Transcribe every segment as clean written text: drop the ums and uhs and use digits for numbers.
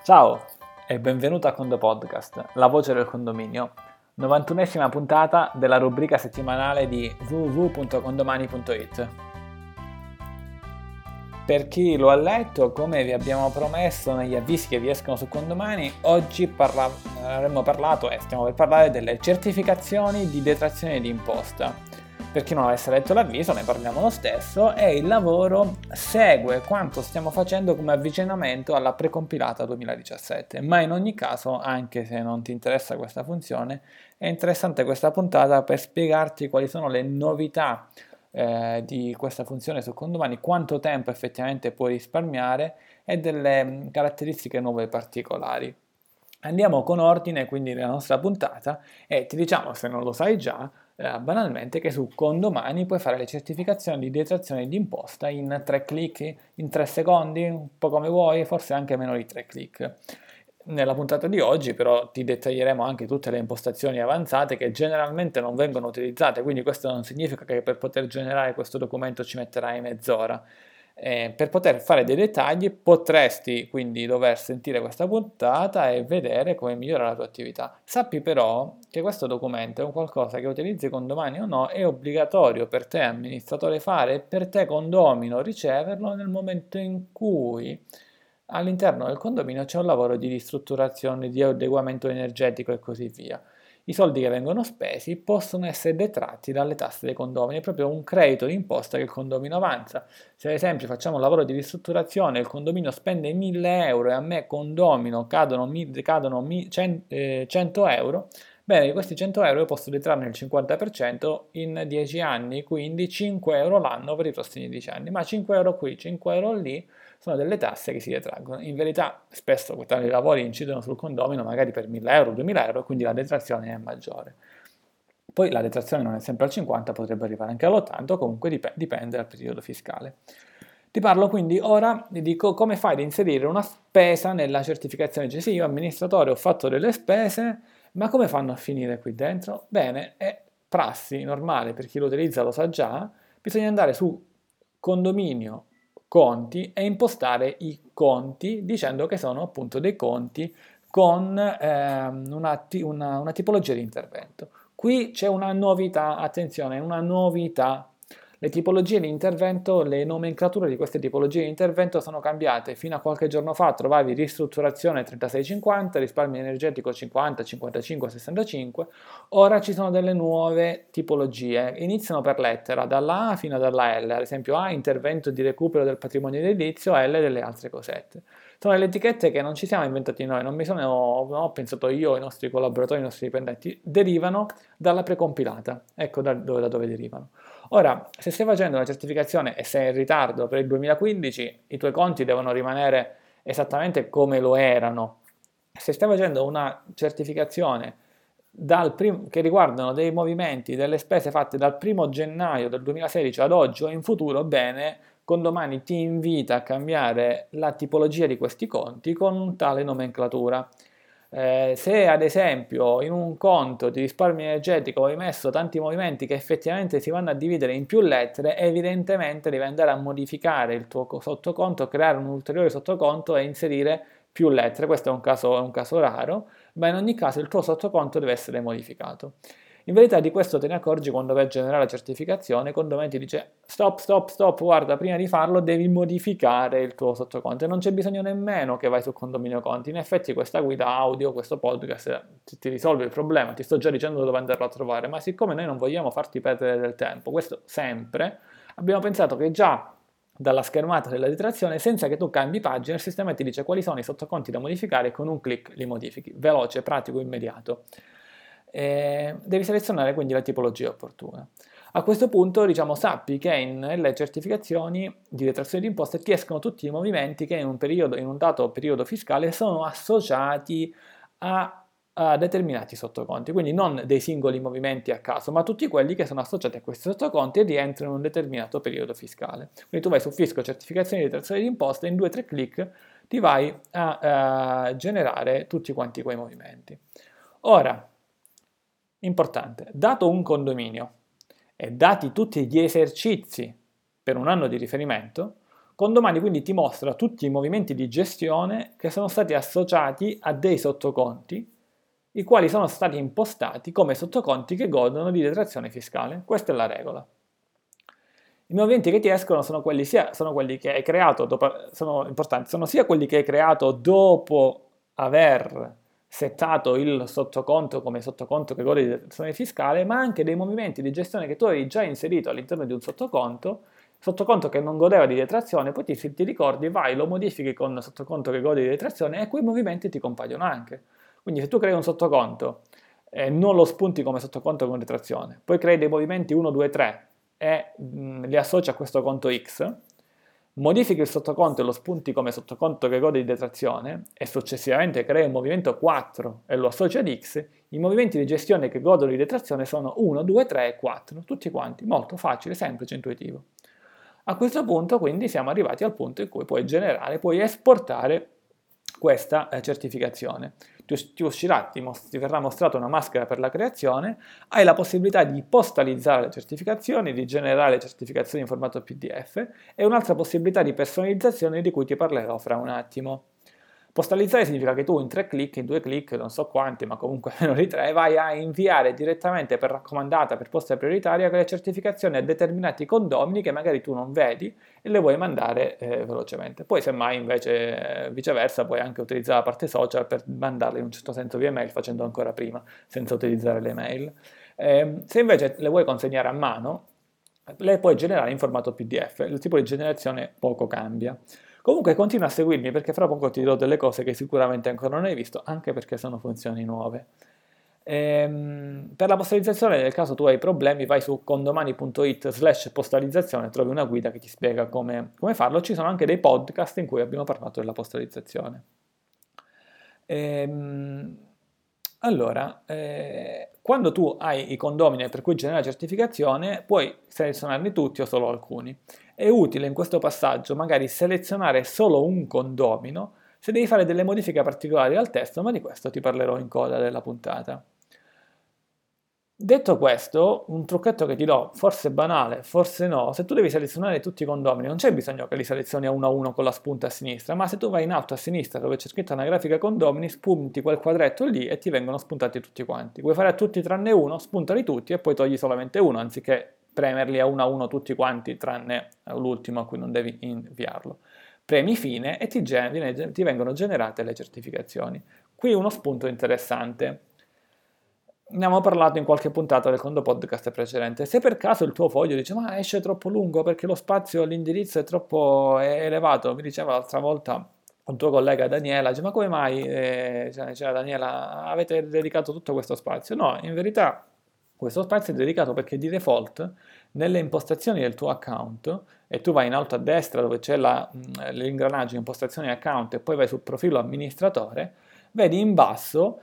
Ciao e benvenuto a Condo Podcast, la voce del condominio, 91esima puntata della rubrica settimanale di www.condomani.it. Per chi lo ha letto, come vi abbiamo promesso negli avvisi che vi escono su Condomani, oggi avremmo parlato e stiamo per parlare delle certificazioni di detrazione di imposta. Per chi non avesse letto l'avviso, ne parliamo lo stesso e il lavoro segue quanto stiamo facendo come avvicinamento alla precompilata 2017, ma in ogni caso, anche se non ti interessa questa funzione, è interessante questa puntata per spiegarti quali sono le novità di questa funzione su Condomani, quanto tempo effettivamente puoi risparmiare e delle caratteristiche nuove e particolari. Andiamo con ordine quindi nella nostra puntata e ti diciamo, se non lo sai già, banalmente che su Condomani puoi fare le certificazioni di detrazione di imposta in 3 clic, in 3 secondi, un po' come vuoi, forse anche meno di 3 clic. Nella puntata di oggi però ti dettaglieremo anche tutte le impostazioni avanzate che generalmente non vengono utilizzate, quindi questo non significa che per poter generare questo documento ci metterai mezz'ora. Per poter fare dei dettagli potresti quindi dover sentire questa puntata e vedere come migliora la tua attività. Sappi però che questo documento è un qualcosa che utilizzi Condomani o no, è obbligatorio per te amministratore fare e per te condomino riceverlo nel momento in cui all'interno del condominio c'è un lavoro di ristrutturazione, di adeguamento energetico e così via. I soldi che vengono spesi possono essere detratti dalle tasse dei condomini, è proprio un credito d'imposta che il condomino avanza. Se ad esempio facciamo un lavoro di ristrutturazione, il condominio spende 1000 euro e a me condomino cadono 100 euro, bene, di questi 100 euro io posso detrarne il 50% in 10 anni, quindi 5 euro l'anno per i prossimi 10 anni, ma 5 euro qui, 5 euro lì sono delle tasse che si detraggono. In verità spesso tali lavori incidono sul condomino magari per 1000 euro, 2000 euro, quindi la detrazione è maggiore. Poi la detrazione non è sempre al 50, potrebbe arrivare anche all'80, comunque dipende dal periodo fiscale. Ti parlo quindi ora, ti dico come fai ad inserire una spesa nella certificazione. Dice sì, io amministratore ho fatto delle spese, ma come fanno a finire qui dentro? Bene, è prassi normale, per chi lo utilizza lo sa già, bisogna andare su condominio conti e impostare i conti dicendo che sono appunto dei conti con una tipologia di intervento. Qui c'è una novità, attenzione, una novità. Le tipologie di intervento, le nomenclature di queste tipologie di intervento sono cambiate. Fino a qualche giorno fa trovavi ristrutturazione 3650, risparmio energetico 50, 55, 65. Ora ci sono delle nuove tipologie. Iniziano per lettera, dalla A fino alla L. Ad esempio A, intervento di recupero del patrimonio edilizio, L delle altre cosette. Sono delle etichette che non ci siamo inventati noi, non ho pensato io, i nostri collaboratori, i nostri dipendenti, derivano dalla precompilata. Ecco da dove derivano. Ora, se stai facendo una certificazione e sei in ritardo per il 2015, i tuoi conti devono rimanere esattamente come lo erano. Se stai facendo una certificazione che riguardano dei movimenti, delle spese fatte dal 1 gennaio del 2016 ad oggi o in futuro, bene, Condomani ti invita a cambiare la tipologia di questi conti con tale nomenclatura. Se ad esempio in un conto di risparmio energetico hai messo tanti movimenti che effettivamente si vanno a dividere in più lettere, evidentemente devi andare a modificare il tuo sottoconto, creare un ulteriore sottoconto e inserire più lettere. Questo è un caso raro, ma in ogni caso il tuo sottoconto deve essere modificato. In verità di questo te ne accorgi quando vai a generare la certificazione, quando ti dice stop, guarda, prima di farlo devi modificare il tuo sottoconto e non c'è bisogno nemmeno che vai su Condominio Conti. In effetti questa guida audio, questo podcast ti risolve il problema, ti sto già dicendo dove andarlo a trovare, ma siccome noi non vogliamo farti perdere del tempo, questo sempre, abbiamo pensato che già dalla schermata della detrazione, senza che tu cambi pagina, il sistema ti dice quali sono i sottoconti da modificare e con un clic li modifichi, veloce, pratico, immediato. Devi selezionare quindi la tipologia opportuna. A questo punto, diciamo, sappi che nelle certificazioni di detrazione di imposte ti escono tutti i movimenti che in un dato periodo fiscale sono associati a determinati sottoconti, quindi non dei singoli movimenti a caso, ma tutti quelli che sono associati a questi sottoconti e rientrano in un determinato periodo fiscale. Quindi tu vai su Fisco, certificazione di detrazione di imposte, in 2-3 clic ti vai a generare tutti quanti quei movimenti. Ora, importante, dato un condominio e dati tutti gli esercizi per un anno di riferimento, Condomani quindi ti mostra tutti i movimenti di gestione che sono stati associati a dei sottoconti, i quali sono stati impostati come sottoconti che godono di detrazione fiscale. Questa è la regola. I movimenti che ti escono sono quelli che hai creato, sono importanti, sono sia quelli che hai creato dopo aver settato il sottoconto come sottoconto che gode di detrazione fiscale, ma anche dei movimenti di gestione che tu avevi già inserito all'interno di un sottoconto che non godeva di detrazione, poi ti ricordi, vai, lo modifichi con sottoconto che gode di detrazione e quei movimenti ti compaiono anche. Quindi se tu crei un sottoconto e non lo spunti come sottoconto con detrazione, poi crei dei movimenti 1, 2, 3 e li associ a questo conto X, modifichi il sottoconto e lo spunti come sottoconto che gode di detrazione e successivamente crei un movimento 4 e lo associ ad X, i movimenti di gestione che godono di detrazione sono 1, 2, 3 e 4, tutti quanti, molto facile, semplice, intuitivo. A questo punto quindi siamo arrivati al punto in cui puoi esportare questa certificazione. Ti verrà mostrata una maschera per la creazione, hai la possibilità di postalizzare le certificazioni, di generare le certificazioni in formato PDF e un'altra possibilità di personalizzazione di cui ti parlerò fra un attimo. Postalizzare significa che tu in 3 clic, in 2 clic, non so quanti, ma comunque meno di 3, vai a inviare direttamente per raccomandata, per posta prioritaria, quelle certificazioni a determinati condomini che magari tu non vedi e le vuoi mandare velocemente. Poi semmai invece viceversa puoi anche utilizzare la parte social per mandarle in un certo senso via mail facendo ancora prima, senza utilizzare le mail. Se invece le vuoi consegnare a mano, le puoi generare in formato PDF, il tipo di generazione poco cambia. Comunque continua a seguirmi perché fra poco ti dirò delle cose che sicuramente ancora non hai visto, anche perché sono funzioni nuove. Per la postalizzazione, nel caso tu hai problemi, vai su condomani.it/postalizzazione, trovi una guida che ti spiega come farlo. Ci sono anche dei podcast in cui abbiamo parlato della postalizzazione. Allora, quando tu hai i condomini per cui genera la certificazione, puoi selezionarli tutti o solo alcuni. È utile in questo passaggio magari selezionare solo un condomino se devi fare delle modifiche particolari al testo, ma di questo ti parlerò in coda della puntata. Detto questo, un trucchetto che ti do, forse banale, forse no, se tu devi selezionare tutti i condomini, non c'è bisogno che li selezioni a uno con la spunta a sinistra, ma se tu vai in alto a sinistra dove c'è scritta una grafica condomini, spunti quel quadretto lì e ti vengono spuntati tutti quanti. Vuoi fare a tutti tranne uno? Spuntali tutti e poi togli solamente uno, anziché premerli a uno tutti quanti, tranne l'ultimo a cui non devi inviarlo. Premi fine e ti vengono generate le certificazioni. Qui uno spunto interessante. Ne abbiamo parlato in qualche puntata del secondo podcast precedente. Se per caso il tuo foglio dice ma esce troppo lungo perché lo spazio, l'indirizzo è troppo elevato, mi diceva l'altra volta un tuo collega Daniela, dice ma come mai, diceva Daniela, avete dedicato tutto questo spazio? No, in verità questo spazio è dedicato perché di default nelle impostazioni del tuo account, e tu vai in alto a destra dove c'è l'ingranaggio impostazioni account e poi vai sul profilo amministratore, vedi in basso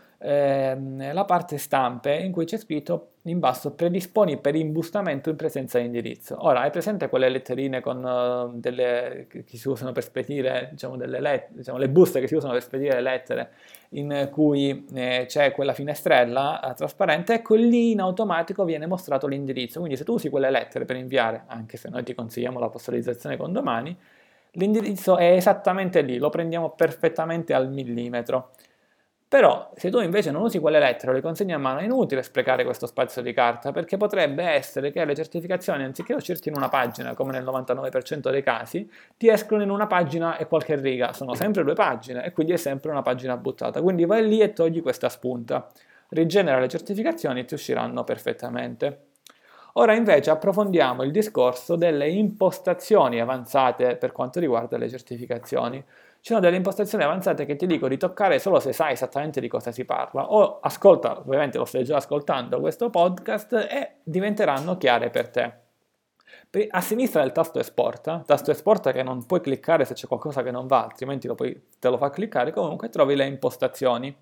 la parte stampe in cui c'è scritto in basso predisponi per imbustamento in presenza di indirizzo. Ora, hai presente quelle letterine con che si usano per spedire, diciamo, le buste che si usano per spedire le lettere, in cui c'è quella finestrella trasparente? Ecco, lì in automatico viene mostrato l'indirizzo. Quindi se tu usi quelle lettere per inviare, anche se noi ti consigliamo la postalizzazione con domani, l'indirizzo è esattamente lì, lo prendiamo perfettamente al millimetro. Però se tu invece non usi quelle lettere o le consegni a mano è inutile sprecare questo spazio di carta, perché potrebbe essere che le certificazioni, anziché uscirti in una pagina come nel 99% dei casi, ti escono in una pagina e qualche riga. Sono sempre 2 pagine e quindi è sempre una pagina buttata. Quindi vai lì e togli questa spunta, rigenera le certificazioni e ti usciranno perfettamente. Ora invece approfondiamo il discorso delle impostazioni avanzate per quanto riguarda le certificazioni. Ci sono delle impostazioni avanzate che ti dico di toccare solo se sai esattamente di cosa si parla, o ascolta, ovviamente lo stai già ascoltando questo podcast, e diventeranno chiare per te. A sinistra del tasto esporta che non puoi cliccare se c'è qualcosa che non va, altrimenti te lo fa cliccare, comunque trovi le impostazioni.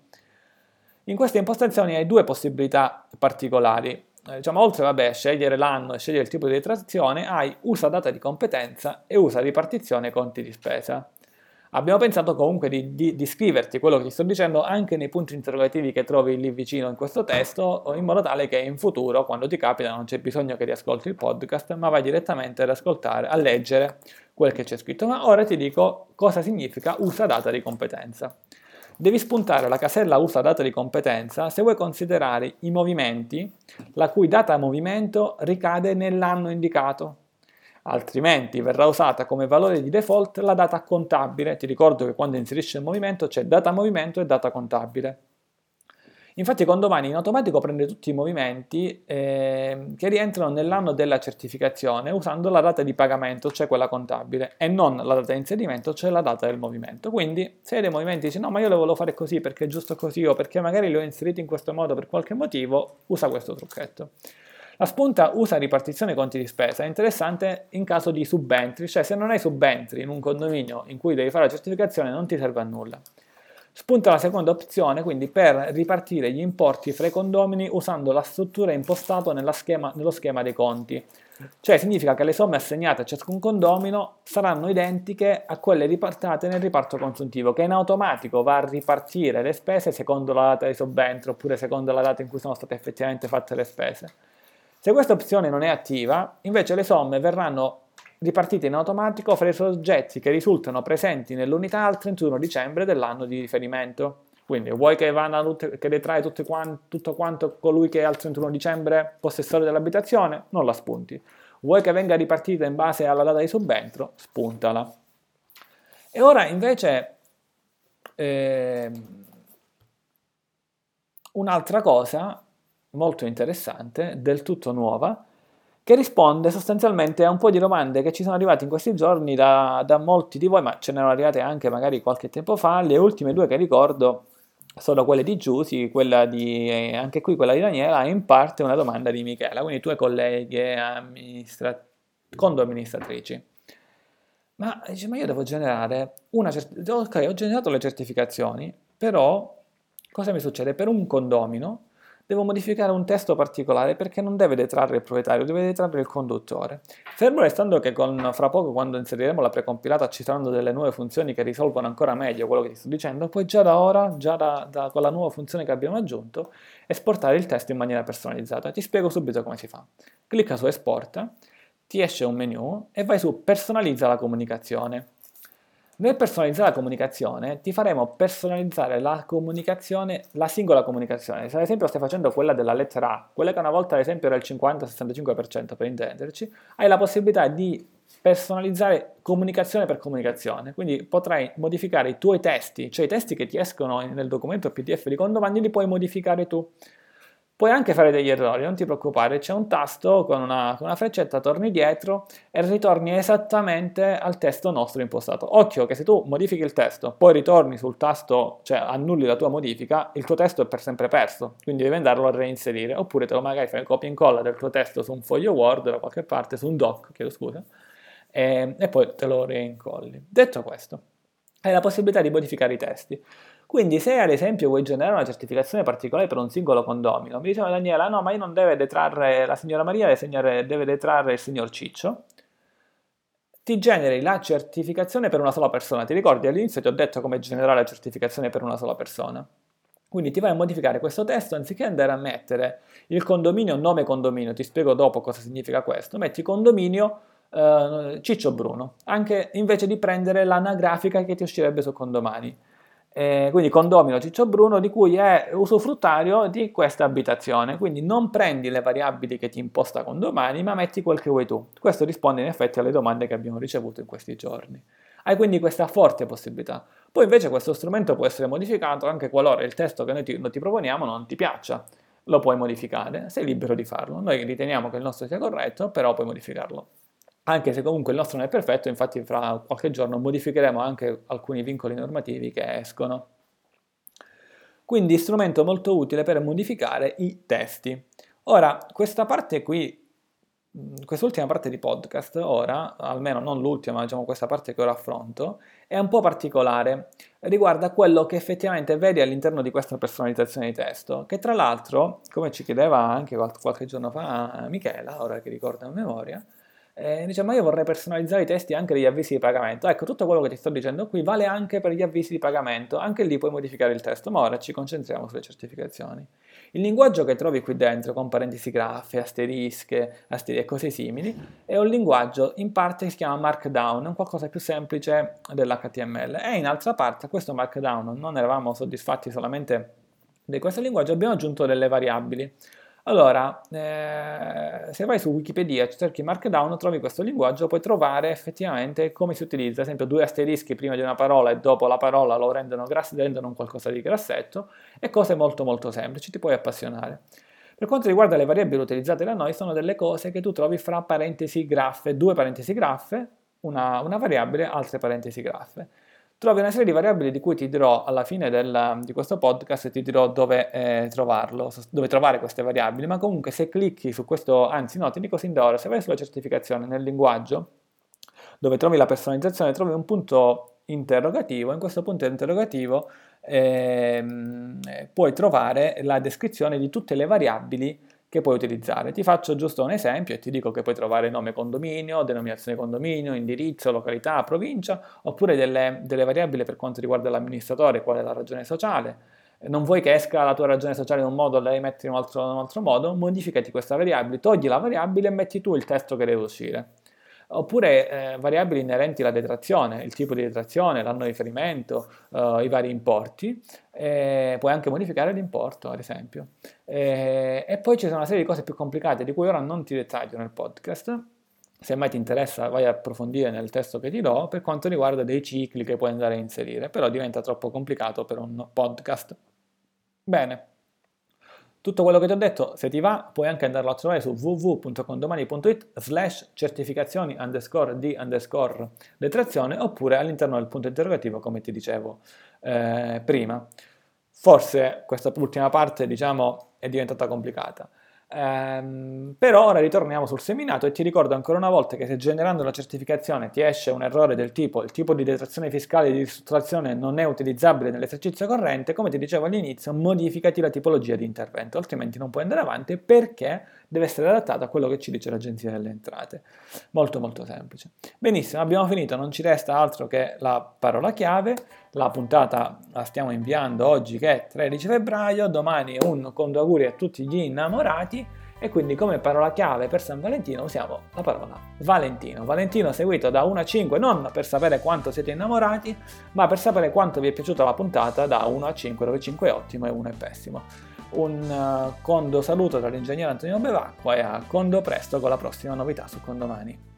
In queste impostazioni hai 2 possibilità particolari. Diciamo, oltre a scegliere l'anno e scegliere il tipo di detrazione, hai usa data di competenza e usa ripartizione conti di spesa. Abbiamo pensato comunque di scriverti quello che ti sto dicendo anche nei punti interrogativi che trovi lì vicino in questo testo, in modo tale che in futuro, quando ti capita, non c'è bisogno che riascolti il podcast, ma vai direttamente ad ascoltare, a leggere quel che c'è scritto. Ma ora ti dico cosa significa usa data di competenza. Devi spuntare la casella usa data di competenza se vuoi considerare i movimenti la cui data movimento ricade nell'anno indicato. Altrimenti verrà usata come valore di default la data contabile. Ti ricordo che quando inserisci il movimento c'è data movimento e data contabile. Infatti Condomani in automatico prende tutti i movimenti che rientrano nell'anno della certificazione usando la data di pagamento, cioè quella contabile, e non la data di inserimento, cioè la data del movimento. Quindi se hai dei movimenti e dici no, ma io lo volevo fare così perché è giusto così o perché magari li ho inseriti in questo modo per qualche motivo, usa questo trucchetto. La spunta usa ripartizione conti di spesa, è interessante in caso di subentri, cioè se non hai subentri in un condominio in cui devi fare la certificazione non ti serve a nulla. Spunta la seconda opzione, quindi per ripartire gli importi fra i condomini usando la struttura impostata nello schema dei conti. Cioè significa che le somme assegnate a ciascun condomino saranno identiche a quelle ripartate nel riparto consuntivo, che in automatico va a ripartire le spese secondo la data di subentro oppure secondo la data in cui sono state effettivamente fatte le spese. Se questa opzione non è attiva, invece le somme verranno ripartite in automatico fra i soggetti che risultano presenti nell'unità al 31 dicembre dell'anno di riferimento. Quindi vuoi che detrae tutto quanto colui che è al 31 dicembre possessore dell'abitazione? Non la spunti. Vuoi che venga ripartita in base alla data di subentro? Spuntala. E ora invece un'altra cosa molto interessante, del tutto nuova, che risponde sostanzialmente a un po' di domande che ci sono arrivate in questi giorni da molti di voi, ma ce ne erano arrivate anche magari qualche tempo fa. Le ultime due che ricordo sono quelle di Giusy, anche qui quella di Daniela, e in parte una domanda di Michela, quindi tue colleghe condoamministratrici. Ma io devo generare ok, ho generato le certificazioni, però cosa mi succede? Per un condomino devo modificare un testo particolare perché non deve detrarre il proprietario, deve detrarre il conduttore. Fermo restando che fra poco, quando inseriremo la precompilata, ci saranno delle nuove funzioni che risolvono ancora meglio quello che ti sto dicendo, puoi già da ora, con la nuova funzione che abbiamo aggiunto, esportare il testo in maniera personalizzata. Ti spiego subito come si fa. Clicca su Esporta, ti esce un menu e vai su Personalizza la comunicazione. Nel personalizzare la comunicazione ti faremo personalizzare la comunicazione, la singola comunicazione. Se ad esempio stai facendo quella della lettera A, quella che una volta ad esempio era il 50-65% per intenderci, hai la possibilità di personalizzare comunicazione per comunicazione, quindi potrai modificare i tuoi testi, cioè i testi che ti escono nel documento PDF di Condomani li puoi modificare tu. Puoi anche fare degli errori, non ti preoccupare, c'è un tasto con una freccetta, torni dietro e ritorni esattamente al testo nostro impostato. Occhio che se tu modifichi il testo, poi ritorni sul tasto, cioè annulli la tua modifica, il tuo testo è per sempre perso, quindi devi andarlo a reinserire, oppure te lo magari fai copia e incolla del tuo testo su un foglio Word da qualche parte, su un doc, chiedo scusa, e poi te lo reincolli. Detto questo, hai la possibilità di modificare i testi. Quindi se ad esempio vuoi generare una certificazione particolare per un singolo condomino, mi diceva Daniela, no, ma io non deve detrarre la signora Maria, deve detrarre il signor Ciccio, ti generi la certificazione per una sola persona. Ti ricordi all'inizio ti ho detto come generare la certificazione per una sola persona? Quindi ti vai a modificare questo testo, anziché andare a mettere il condominio nome condominio, ti spiego dopo cosa significa questo, metti condominio Ciccio Bruno, anche invece di prendere l'anagrafica che ti uscirebbe su Condomani. Quindi condomino Ciccio Bruno di cui è usufruttario di questa abitazione, quindi non prendi le variabili che ti imposta Condomani ma metti quel che vuoi tu. Questo risponde in effetti alle domande che abbiamo ricevuto in questi giorni. Hai quindi questa forte possibilità. Poi invece questo strumento può essere modificato anche qualora il testo che noi ti proponiamo non ti piaccia. Lo puoi modificare, sei libero di farlo. Noi riteniamo che il nostro sia corretto, però puoi modificarlo. Anche se comunque il nostro non è perfetto, infatti fra qualche giorno modificheremo anche alcuni vincoli normativi che escono. Quindi strumento molto utile per modificare i testi. Ora, questa parte qui, quest'ultima parte di podcast, ora, almeno non l'ultima, ma diciamo questa parte che ora affronto, è un po' particolare, riguarda quello che effettivamente vedi all'interno di questa personalizzazione di testo, che tra l'altro, come ci chiedeva anche qualche giorno fa Michela, ora che ricordo a memoria, Dice, ma io vorrei personalizzare i testi anche degli avvisi di pagamento. Ecco, tutto quello che ti sto dicendo qui vale anche per gli avvisi di pagamento, anche lì puoi modificare il testo, ma ora ci concentriamo sulle certificazioni. Il linguaggio che trovi qui dentro, con parentesi graffe, asterische, e cose simili, è un linguaggio in parte che si chiama Markdown, è un qualcosa più semplice dell'HTML. E in altra parte, a questo Markdown non eravamo soddisfatti solamente di questo linguaggio, abbiamo aggiunto delle variabili. Allora, se vai su Wikipedia, cerchi Markdown, trovi questo linguaggio, puoi trovare effettivamente come si utilizza, ad esempio 2 asterischi prima di una parola e dopo la parola lo rendono un qualcosa di grassetto, e cose molto molto semplici, ti puoi appassionare. Per quanto riguarda le variabili utilizzate da noi, sono delle cose che tu trovi fra parentesi graffe, 2 parentesi graffe, una variabile, altre parentesi graffe. Trovi una serie di variabili di cui ti dirò alla fine di questo podcast, ti dirò dove dove trovare queste variabili, ma comunque se clicchi su questo, anzi no, ti dico sin da ora, se vai sulla certificazione nel linguaggio, dove trovi la personalizzazione, trovi un punto interrogativo, in questo punto interrogativo puoi trovare la descrizione di tutte le variabili che puoi utilizzare. Ti faccio giusto un esempio e ti dico che puoi trovare nome condominio, denominazione condominio, indirizzo, località, provincia, oppure delle variabili per quanto riguarda l'amministratore, qual è la ragione sociale. Non vuoi che esca la tua ragione sociale in un modo, la devi mettere in un altro modo, modificati questa variabile, togli la variabile e metti tu il testo che deve uscire. Oppure variabili inerenti alla detrazione, il tipo di detrazione, l'anno di riferimento, i vari importi. Puoi anche modificare l'importo, ad esempio. E poi ci sono una serie di cose più complicate di cui ora non ti dettaglio nel podcast. Se mai ti interessa, vai a approfondire nel testo che ti do per quanto riguarda dei cicli che puoi andare a inserire, però diventa troppo complicato per un podcast. Bene. Tutto quello che ti ho detto, se ti va, puoi anche andarlo a trovare su www.certificazioni_di_detrazione oppure all'interno del punto interrogativo, come ti dicevo prima. Forse questa ultima parte, diciamo, è diventata complicata. Però ora ritorniamo sul seminato e ti ricordo ancora una volta che se generando la certificazione ti esce un errore del tipo il tipo di detrazione fiscale di ristrutturazione non è utilizzabile nell'esercizio corrente, come ti dicevo all'inizio, modificati la tipologia di intervento, altrimenti non puoi andare avanti perché deve essere adattato a quello che ci dice l'Agenzia delle Entrate. Molto molto semplice. Benissimo, abbiamo finito, non ci resta altro che la parola chiave. La puntata la stiamo inviando oggi che è 13 febbraio, domani un conto auguri a tutti gli innamorati e quindi come parola chiave per San Valentino usiamo la parola Valentino. Valentino seguito da 1 a 5 non per sapere quanto siete innamorati, ma per sapere quanto vi è piaciuta la puntata da 1 a 5, dove 5 è ottimo e 1 è pessimo. Un condo saluto dall'ingegnere Antonino Bevacqua e a condo presto con la prossima novità su Condomani.